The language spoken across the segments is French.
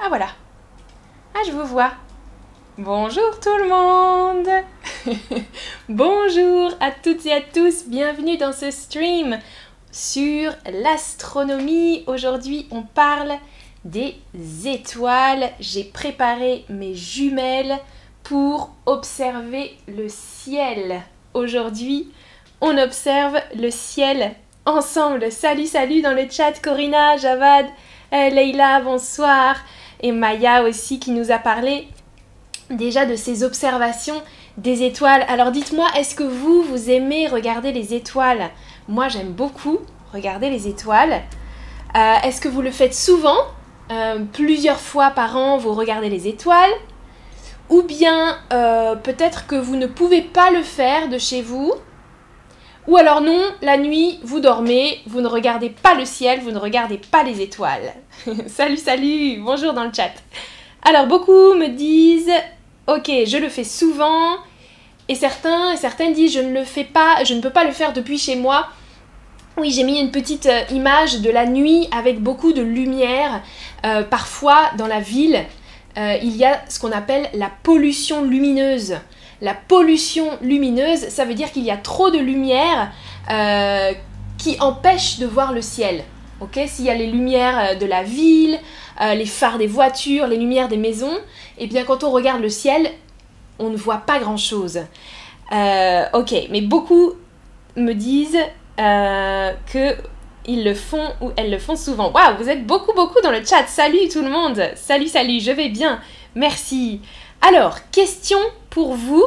Ah voilà. Ah, je vous vois. Bonjour tout le monde. Bonjour à toutes et à tous. Bienvenue dans ce stream sur l'astronomie. Aujourd'hui, on parle des étoiles. J'ai préparé mes jumelles pour observer le ciel. Aujourd'hui, on observe le ciel ensemble. Salut dans le chat, Corinna, Javad, Leïla, bonsoir. Et Maya aussi qui nous a parlé déjà de ses observations des étoiles. Alors dites-moi, est-ce que vous aimez regarder les étoiles? Moi, j'aime beaucoup regarder les étoiles. Est-ce que vous le faites souvent? Plusieurs fois par an, vous regardez les étoiles? Ou bien, peut-être que vous ne pouvez pas le faire de chez vous? Ou alors non, la nuit, vous dormez, vous ne regardez pas le ciel, vous ne regardez pas les étoiles. Salut, bonjour dans le chat. Alors, beaucoup me disent, ok, je le fais souvent, et certaines disent, je ne peux pas le faire depuis chez moi. Oui, j'ai mis une petite image de la nuit avec beaucoup de lumière. Parfois, dans la ville, il y a ce qu'on appelle la pollution lumineuse. La pollution lumineuse, ça veut dire qu'il y a trop de lumière qui empêche de voir le ciel. Okay, s'il y a les lumières de la ville, les phares des voitures, les lumières des maisons, et bien quand on regarde le ciel, on ne voit pas grand-chose. Ok, mais beaucoup me disent qu'ils le font ou elles le font souvent. Waouh, vous êtes beaucoup dans le chat. Salut tout le monde. Salut, je vais bien. Merci. Alors, question pour vous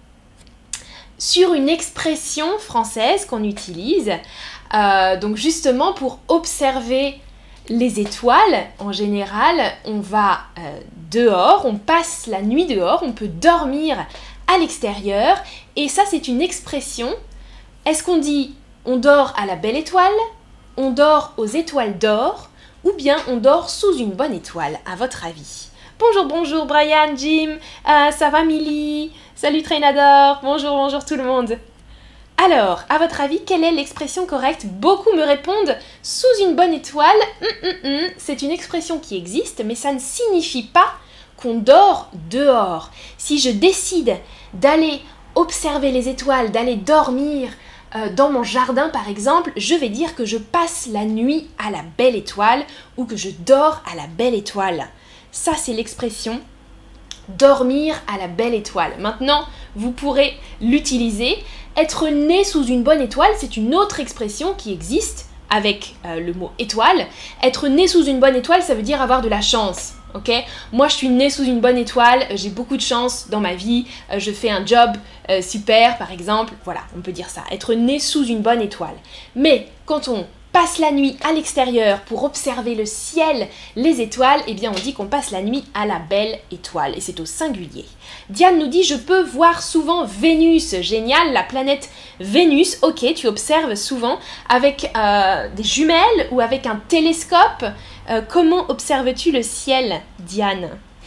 sur une expression française qu'on utilise, donc justement pour observer les étoiles. En général, on va dehors, on passe la nuit dehors, on peut dormir à l'extérieur, et ça c'est une expression. Est-ce qu'on dit on dort à la belle étoile, on dort aux étoiles d'or, ou bien on dort sous une bonne étoile, à votre avis? Bonjour Brian, Jim, ça va Milly, salut Trainador, bonjour tout le monde. Alors, à votre avis, quelle est l'expression correcte? Beaucoup me répondent sous une bonne étoile. C'est une expression qui existe, mais ça ne signifie pas qu'on dort dehors. Si je décide d'aller observer les étoiles, d'aller dormir dans mon jardin par exemple, je vais dire que je passe la nuit à la belle étoile ou que je dors à la belle étoile. Ça, c'est l'expression dormir à la belle étoile. Maintenant, vous pourrez l'utiliser. Être né sous une bonne étoile, c'est une autre expression qui existe avec le mot étoile. Être né sous une bonne étoile, ça veut dire avoir de la chance. Ok? Moi, je suis née sous une bonne étoile, j'ai beaucoup de chance dans ma vie, je fais un job super, par exemple. Voilà, on peut dire ça. Être né sous une bonne étoile. Mais quand on passe la nuit à l'extérieur pour observer le ciel, les étoiles, eh bien on dit qu'on passe la nuit à la belle étoile, et c'est au singulier. Diane nous dit, je peux voir souvent Vénus, génial, la planète Vénus, ok, tu observes souvent avec des jumelles ou avec un télescope. Comment observes-tu le ciel, Diane?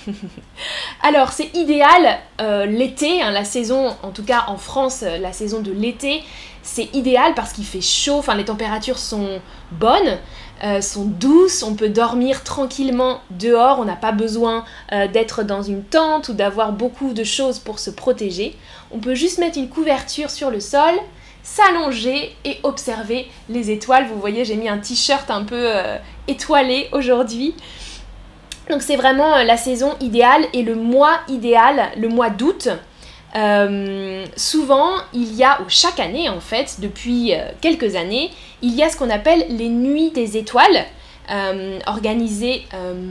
Alors c'est idéal l'été, la saison, en tout cas en France, la saison de l'été, c'est idéal parce qu'il fait chaud, enfin les températures sont bonnes, sont douces, on peut dormir tranquillement dehors, on n'a pas besoin d'être dans une tente ou d'avoir beaucoup de choses pour se protéger. On peut juste mettre une couverture sur le sol, s'allonger et observer les étoiles. Vous voyez, j'ai mis un t-shirt un peu étoilé aujourd'hui. Donc c'est vraiment la saison idéale et le mois idéal, le mois d'août. Souvent, il y a, ou chaque année en fait, depuis quelques années, il y a ce qu'on appelle les nuits des étoiles, organisées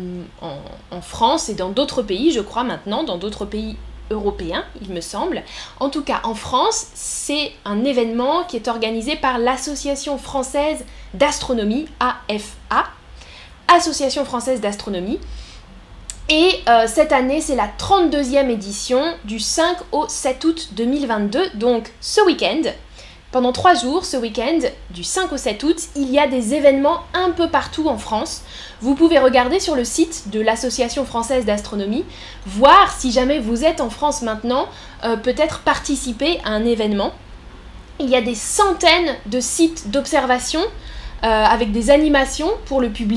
en France et dans d'autres pays, je crois maintenant, dans d'autres pays européens, il me semble. En tout cas, en France, c'est un événement qui est organisé par l'Association française d'astronomie, AFA, Association française d'astronomie. Et cette année, c'est la 32e édition du 5 au 7 août 2022. Donc ce week-end, pendant 3 jours, ce week-end, du 5 au 7 août, il y a des événements un peu partout en France. Vous pouvez regarder sur le site de l'Association française d'astronomie, voir si jamais vous êtes en France maintenant, peut-être participer à un événement. Il y a des centaines de sites d'observation avec des animations pour le public.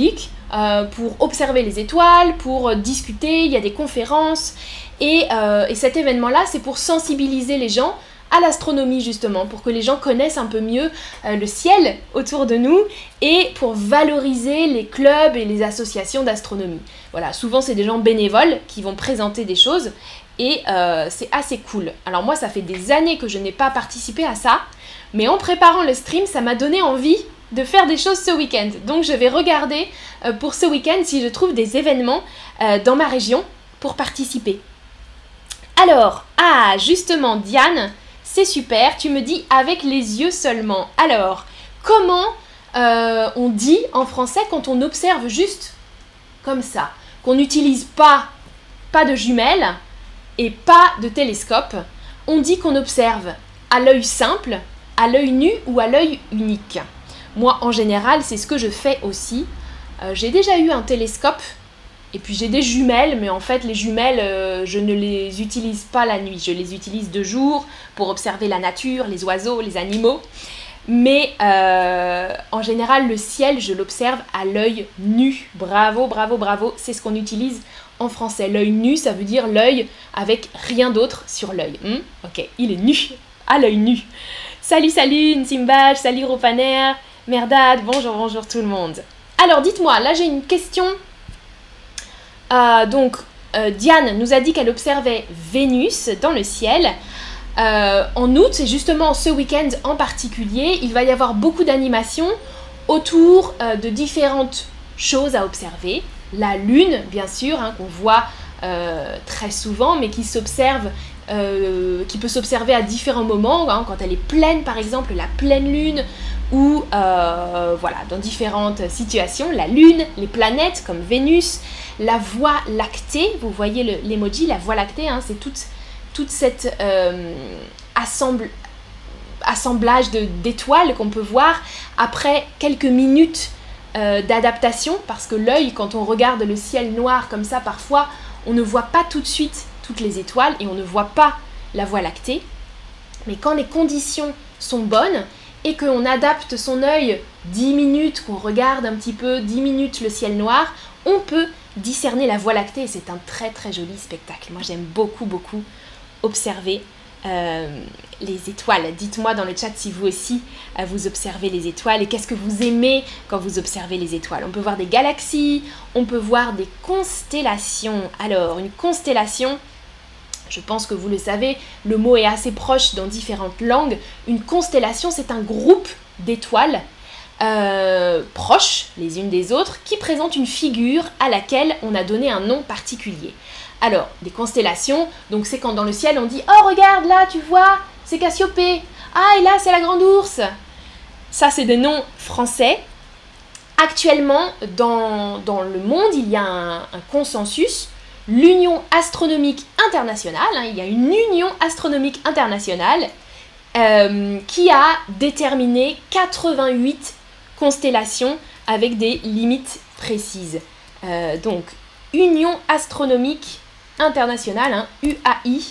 pour observer les étoiles, pour discuter, il y a des conférences. Et cet événement-là, c'est pour sensibiliser les gens à l'astronomie justement, pour que les gens connaissent un peu mieux le ciel autour de nous et pour valoriser les clubs et les associations d'astronomie. Voilà, souvent c'est des gens bénévoles qui vont présenter des choses et c'est assez cool. Alors moi ça fait des années que je n'ai pas participé à ça, mais en préparant le stream, ça m'a donné envie de faire des choses ce week-end. Donc je vais regarder pour ce week-end si je trouve des événements dans ma région pour participer. Alors, justement Diane, c'est super, tu me dis avec les yeux seulement. Alors, comment on dit en français quand on observe juste comme ça, qu'on n'utilise pas de jumelles et pas de télescope, on dit qu'on observe à l'œil simple, à l'œil nu ou à l'œil unique. Moi, en général, c'est ce que je fais aussi. J'ai déjà eu un télescope. Et puis j'ai des jumelles, mais en fait les jumelles, je ne les utilise pas la nuit. Je les utilise de jour pour observer la nature, les oiseaux, les animaux. Mais en général, le ciel, je l'observe à l'œil nu. Bravo, bravo, bravo. C'est ce qu'on utilise en français. L'œil nu, ça veut dire l'œil avec rien d'autre sur l'œil. Ok, il est nu, à l'œil nu. Salut, salut, Nsimbaj, salut Ropaner, Merdad, bonjour, bonjour tout le monde. Alors dites-moi, là j'ai une question. Diane nous a dit qu'elle observait Vénus dans le ciel en août, et justement ce week-end en particulier, il va y avoir beaucoup d'animations autour de différentes choses à observer. La lune, bien sûr, qu'on voit très souvent, mais qui s'observe, qui peut s'observer à différents moments, quand elle est pleine, par exemple, la pleine lune, ou voilà, dans différentes situations, la lune, les planètes comme Vénus, la voie lactée, vous voyez l'emoji, la voie lactée, c'est toute cette assemblage d'étoiles qu'on peut voir après quelques minutes d'adaptation, parce que l'œil, quand on regarde le ciel noir comme ça, parfois on ne voit pas tout de suite toutes les étoiles et on ne voit pas la voie lactée. Mais quand les conditions sont bonnes et qu'on adapte son œil 10 minutes, qu'on regarde un petit peu 10 minutes le ciel noir, on peut discerner la voie lactée et c'est un très très joli spectacle. Moi j'aime beaucoup beaucoup observer les étoiles. Dites-moi dans le chat si vous aussi vous observez les étoiles et qu'est-ce que vous aimez quand vous observez les étoiles. On peut voir des galaxies, on peut voir des constellations. Alors une constellation, je pense que vous le savez, le mot est assez proche dans différentes langues. Une constellation, c'est un groupe d'étoiles proches les unes des autres qui présentent une figure à laquelle on a donné un nom particulier. Alors, des constellations, donc c'est quand dans le ciel on dit « Oh, regarde là, tu vois, c'est Cassiopée. Ah, et là, c'est la Grande Ourse. » Ça, c'est des noms français. Actuellement, dans le monde, il y a un consensus, l'Union astronomique internationale, il y a une Union astronomique internationale qui a déterminé 88 constellations avec des limites précises. Donc, Union astronomique internationale, UAI,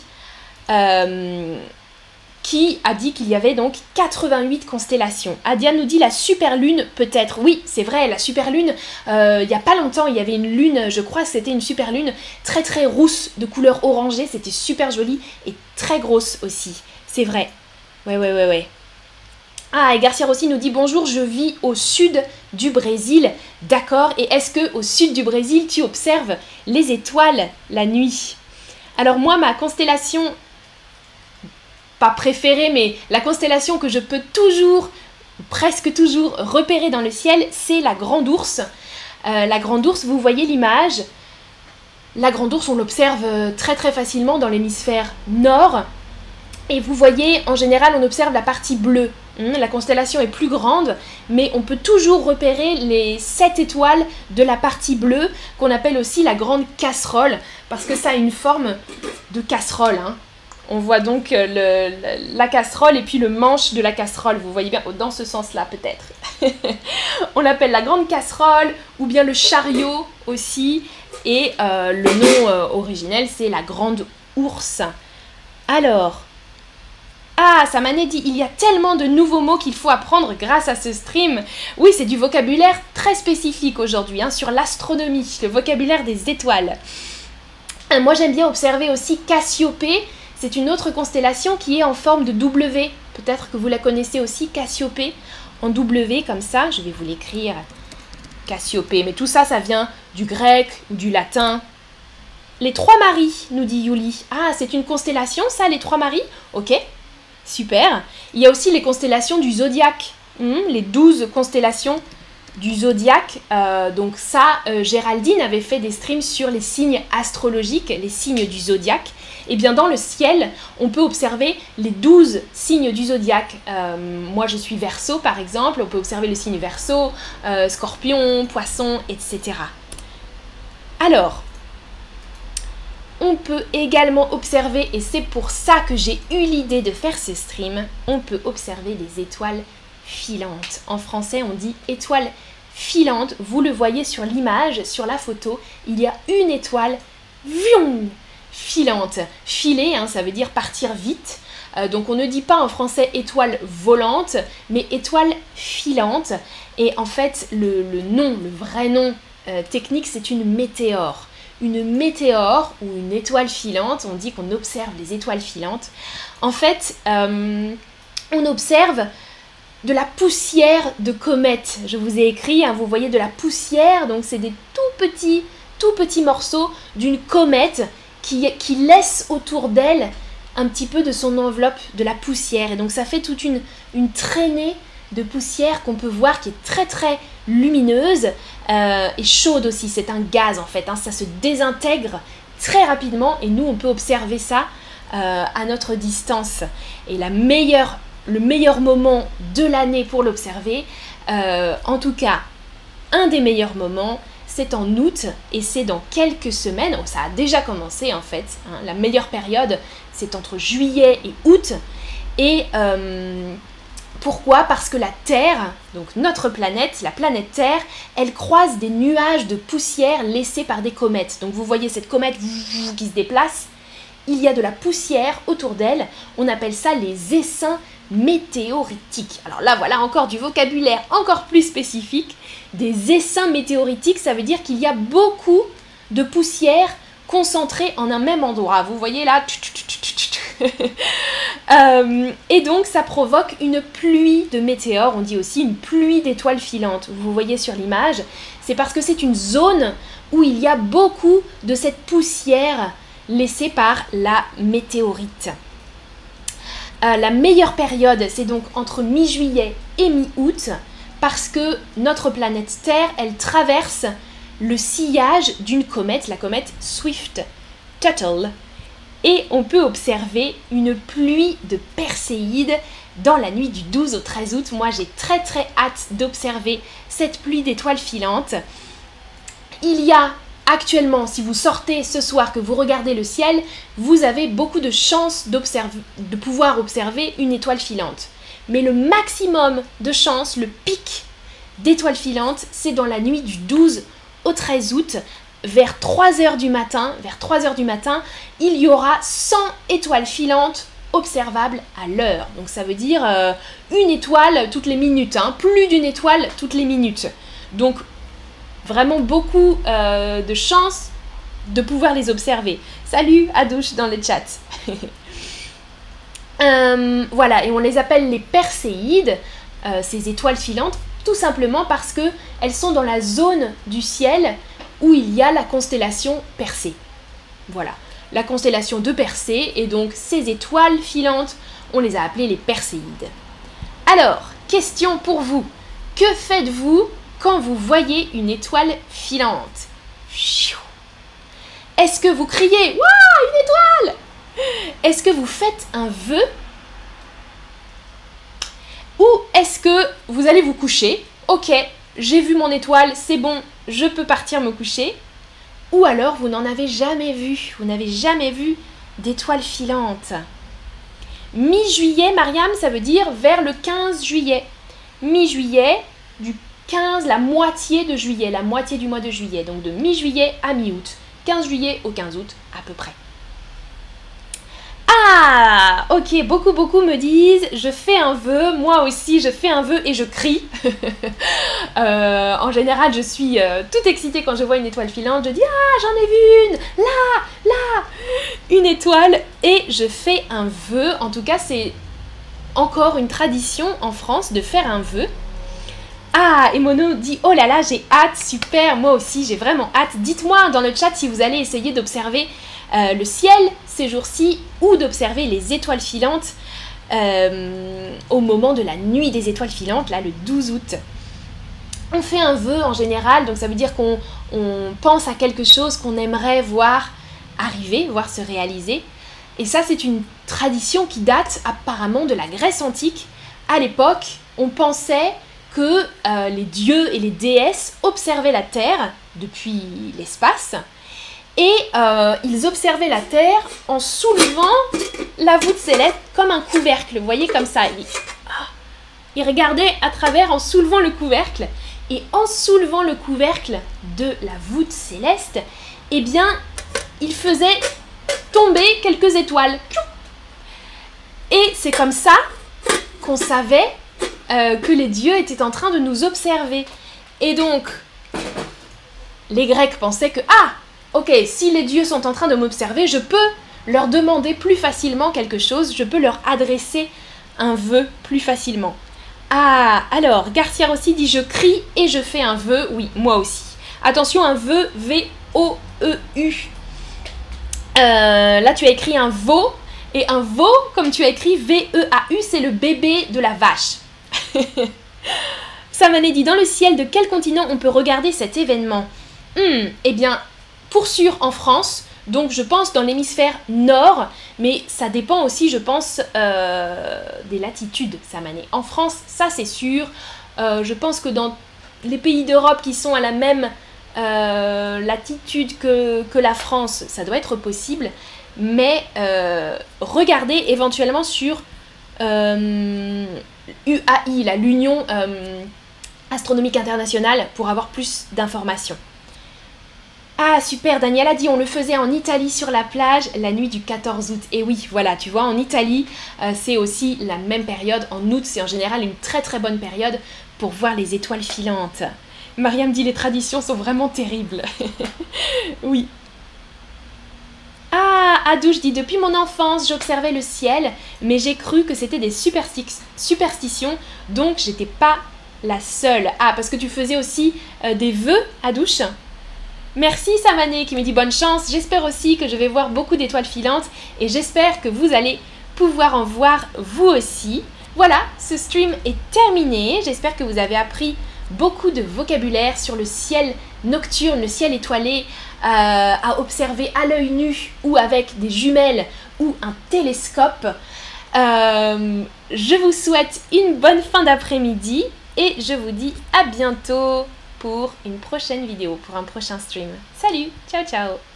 qui a dit qu'il y avait donc 88 constellations. Diane nous dit la super lune peut-être. Oui, c'est vrai, la super lune, il n'y a pas longtemps, il y avait une lune, je crois que c'était une super lune très très rousse, de couleur orangée, c'était super joli et très grosse aussi. C'est vrai. Ouais. Et Garcia Rossi nous dit bonjour, je vis au sud du Brésil. D'accord, et est-ce que au sud du Brésil, tu observes les étoiles la nuit? Alors moi, ma constellation, pas préférée, mais la constellation que je peux toujours, presque toujours, repérer dans le ciel, c'est la Grande Ourse. La Grande Ourse, vous voyez l'image. La Grande Ourse, on l'observe très très facilement dans l'hémisphère nord. Et vous voyez, en général, on observe la partie bleue. La constellation est plus grande, mais on peut toujours repérer les 7 étoiles de la partie bleue, qu'on appelle aussi la grande casserole, parce que ça a une forme de casserole. On voit donc la casserole et puis le manche de la casserole. Vous voyez bien, dans ce sens-là peut-être. On l'appelle la grande casserole, ou bien le chariot aussi. Et le nom originel, c'est la Grande Ourse. Alors, Ah, Samané dit, il y a tellement de nouveaux mots qu'il faut apprendre grâce à ce stream. Oui, c'est du vocabulaire très spécifique aujourd'hui, hein, sur l'astronomie, le vocabulaire des étoiles. Moi, j'aime bien observer aussi Cassiopée. C'est une autre constellation qui est en forme de W. Peut-être que vous la connaissez aussi, Cassiopée, en W, comme ça. Je vais vous l'écrire, Cassiopée. Mais tout ça, ça vient du grec ou du latin. Les Trois Maries, nous dit Yuli. Ah, c'est une constellation, ça, les Trois Maries? Ok. Super. Il y a aussi les constellations du zodiaque, les 12 constellations du zodiaque. Donc ça, Géraldine avait fait des streams sur les signes astrologiques, les signes du zodiaque. Et bien dans le ciel, on peut observer les 12 signes du zodiaque. Moi, je suis Verseau, par exemple. On peut observer le signe Verseau, Scorpion, Poisson, etc. Alors, on peut également observer, et c'est pour ça que j'ai eu l'idée de faire ces streams, on peut observer les étoiles filantes. En français, on dit étoiles filantes. Vous le voyez sur l'image, sur la photo, il y a une étoile filante. Filer, hein, ça veut dire partir vite. Donc on ne dit pas en français étoile volante, mais étoile filante. Et en fait, le vrai nom technique, c'est une météore. Une météore ou une étoile filante, on dit qu'on observe les étoiles filantes. En fait, on observe de la poussière de comète. Je vous ai écrit, hein, vous voyez de la poussière, donc c'est des tout petits morceaux d'une comète qui laisse autour d'elle un petit peu de son enveloppe de la poussière. Et donc ça fait toute une traînée de poussière qu'on peut voir qui est très très lumineuse et chaude aussi. C'est un gaz en fait, hein, ça se désintègre très rapidement et nous on peut observer ça à notre distance. Et le meilleur moment de l'année pour l'observer, en tout cas un des meilleurs moments, c'est en août et c'est dans quelques semaines. Oh, ça a déjà commencé en fait, hein. La meilleure période c'est entre juillet et août. Et pourquoi? Parce que la Terre, donc notre planète, la planète Terre, elle croise des nuages de poussière laissés par des comètes. Donc vous voyez cette comète qui se déplace, il y a de la poussière autour d'elle, on appelle ça les essaims météoritiques. Alors là voilà encore du vocabulaire encore plus spécifique. Des essaims météoritiques, ça veut dire qu'il y a beaucoup de poussière concentrée en un même endroit. Vous voyez là, et donc ça provoque une pluie de météores, on dit aussi une pluie d'étoiles filantes. Vous voyez sur l'image, c'est parce que c'est une zone où il y a beaucoup de cette poussière laissée par la météorite. La meilleure période, c'est donc entre mi-juillet et mi-août, parce que notre planète Terre, elle traverse le sillage d'une comète, la comète Swift-Tuttle. Et on peut observer une pluie de Perséides dans la nuit du 12 au 13 août. Moi, j'ai très très hâte d'observer cette pluie d'étoiles filantes. Il y a actuellement, si vous sortez ce soir, que vous regardez le ciel, vous avez beaucoup de chances de pouvoir observer une étoile filante. Mais le maximum de chances, le pic d'étoiles filantes, c'est dans la nuit du 12 au 13 août. Vers 3h du matin, il y aura 100 étoiles filantes observables à l'heure. Donc ça veut dire une étoile toutes les minutes, hein, plus d'une étoile toutes les minutes. Donc vraiment beaucoup de chances de pouvoir les observer. Salut Adouche dans le chat. Voilà, et on les appelle les Perséides, ces étoiles filantes, tout simplement parce qu'elles sont dans la zone du ciel où il y a la constellation Persée. Voilà, la constellation de Persée, et donc ces étoiles filantes, on les a appelées les Perséides. Alors, question pour vous. Que faites-vous quand vous voyez une étoile filante? Est-ce que vous criez « Waouh, une étoile !» Est-ce que vous faites un vœu? Ou est-ce que vous allez vous coucher? Ok, j'ai vu mon étoile, c'est bon, je peux partir me coucher. Ou alors vous n'en avez jamais vu, vous n'avez jamais vu d'étoiles filantes. Mi-juillet, Mariam, ça veut dire vers le 15 juillet. Mi-juillet, du 15, la moitié de juillet, la moitié du mois de juillet. Donc de mi-juillet à mi-août. 15 juillet au 15 août à peu près. Ah, ok, beaucoup me disent, je fais un vœu, moi aussi je fais un vœu et je crie. En général, je suis toute excitée quand je vois une étoile filante, je dis, ah, j'en ai vu une, là, une étoile, et je fais un vœu. En tout cas, c'est encore une tradition en France de faire un vœu. Ah, et Mono dit, oh là là, j'ai hâte, super, moi aussi j'ai vraiment hâte. Dites-moi dans le chat si vous allez essayer d'observer le ciel ces jours-ci ou d'observer les étoiles filantes au moment de la nuit des étoiles filantes, là le 12 août. On fait un vœu en général, donc ça veut dire qu'on pense à quelque chose qu'on aimerait voir arriver, voir se réaliser. Et ça, c'est une tradition qui date apparemment de la Grèce antique. À l'époque, on pensait que les dieux et les déesses observaient la Terre depuis l'espace et ils observaient la Terre en soulevant la voûte céleste comme un couvercle, vous voyez, comme ça. Ils regardaient à travers en soulevant le couvercle, et en soulevant le couvercle de la voûte céleste, eh bien, ils faisaient tomber quelques étoiles. Et c'est comme ça qu'on savait que les dieux étaient en train de nous observer. Et donc, les Grecs pensaient que, ah, ok, si les dieux sont en train de m'observer, je peux leur demander plus facilement quelque chose, je peux leur adresser un vœu plus facilement. Ah, alors, Garcia Rossi dit, je crie et je fais un vœu. Oui, moi aussi. Attention, un vœu, V-O-E-U. Là, tu as écrit un veau, et un veau, comme tu as écrit V-E-A-U, c'est le bébé de la vache. Samané dit, dans le ciel de quel continent on peut regarder cet événement? Eh bien, pour sûr en France, donc je pense dans l'hémisphère nord, mais ça dépend aussi, je pense, des latitudes, Samané. En France, ça c'est sûr. Je pense que dans les pays d'Europe qui sont à la même latitude que la France, ça doit être possible. Mais regardez éventuellement sur UAI, l'Union astronomique internationale, pour avoir plus d'informations. Ah super, Daniel a dit, on le faisait en Italie sur la plage la nuit du 14 août. Et oui, voilà, tu vois, en Italie, c'est aussi la même période. En août, c'est en général une très très bonne période pour voir les étoiles filantes. Mariam dit, les traditions sont vraiment terribles. Oui. Ah, Adouche dit, depuis mon enfance, j'observais le ciel, mais j'ai cru que c'était des superstitions, donc j'étais pas la seule. Ah, parce que tu faisais aussi des vœux, Adouche? Merci Samané qui me dit bonne chance, j'espère aussi que je vais voir beaucoup d'étoiles filantes et j'espère que vous allez pouvoir en voir vous aussi. Voilà, ce stream est terminé, j'espère que vous avez appris beaucoup de vocabulaire sur le ciel nocturne, le ciel étoilé, à observer à l'œil nu ou avec des jumelles ou un télescope. Je vous souhaite une bonne fin d'après-midi et je vous dis à bientôt pour une prochaine vidéo, pour un prochain stream. Salut, ciao ciao.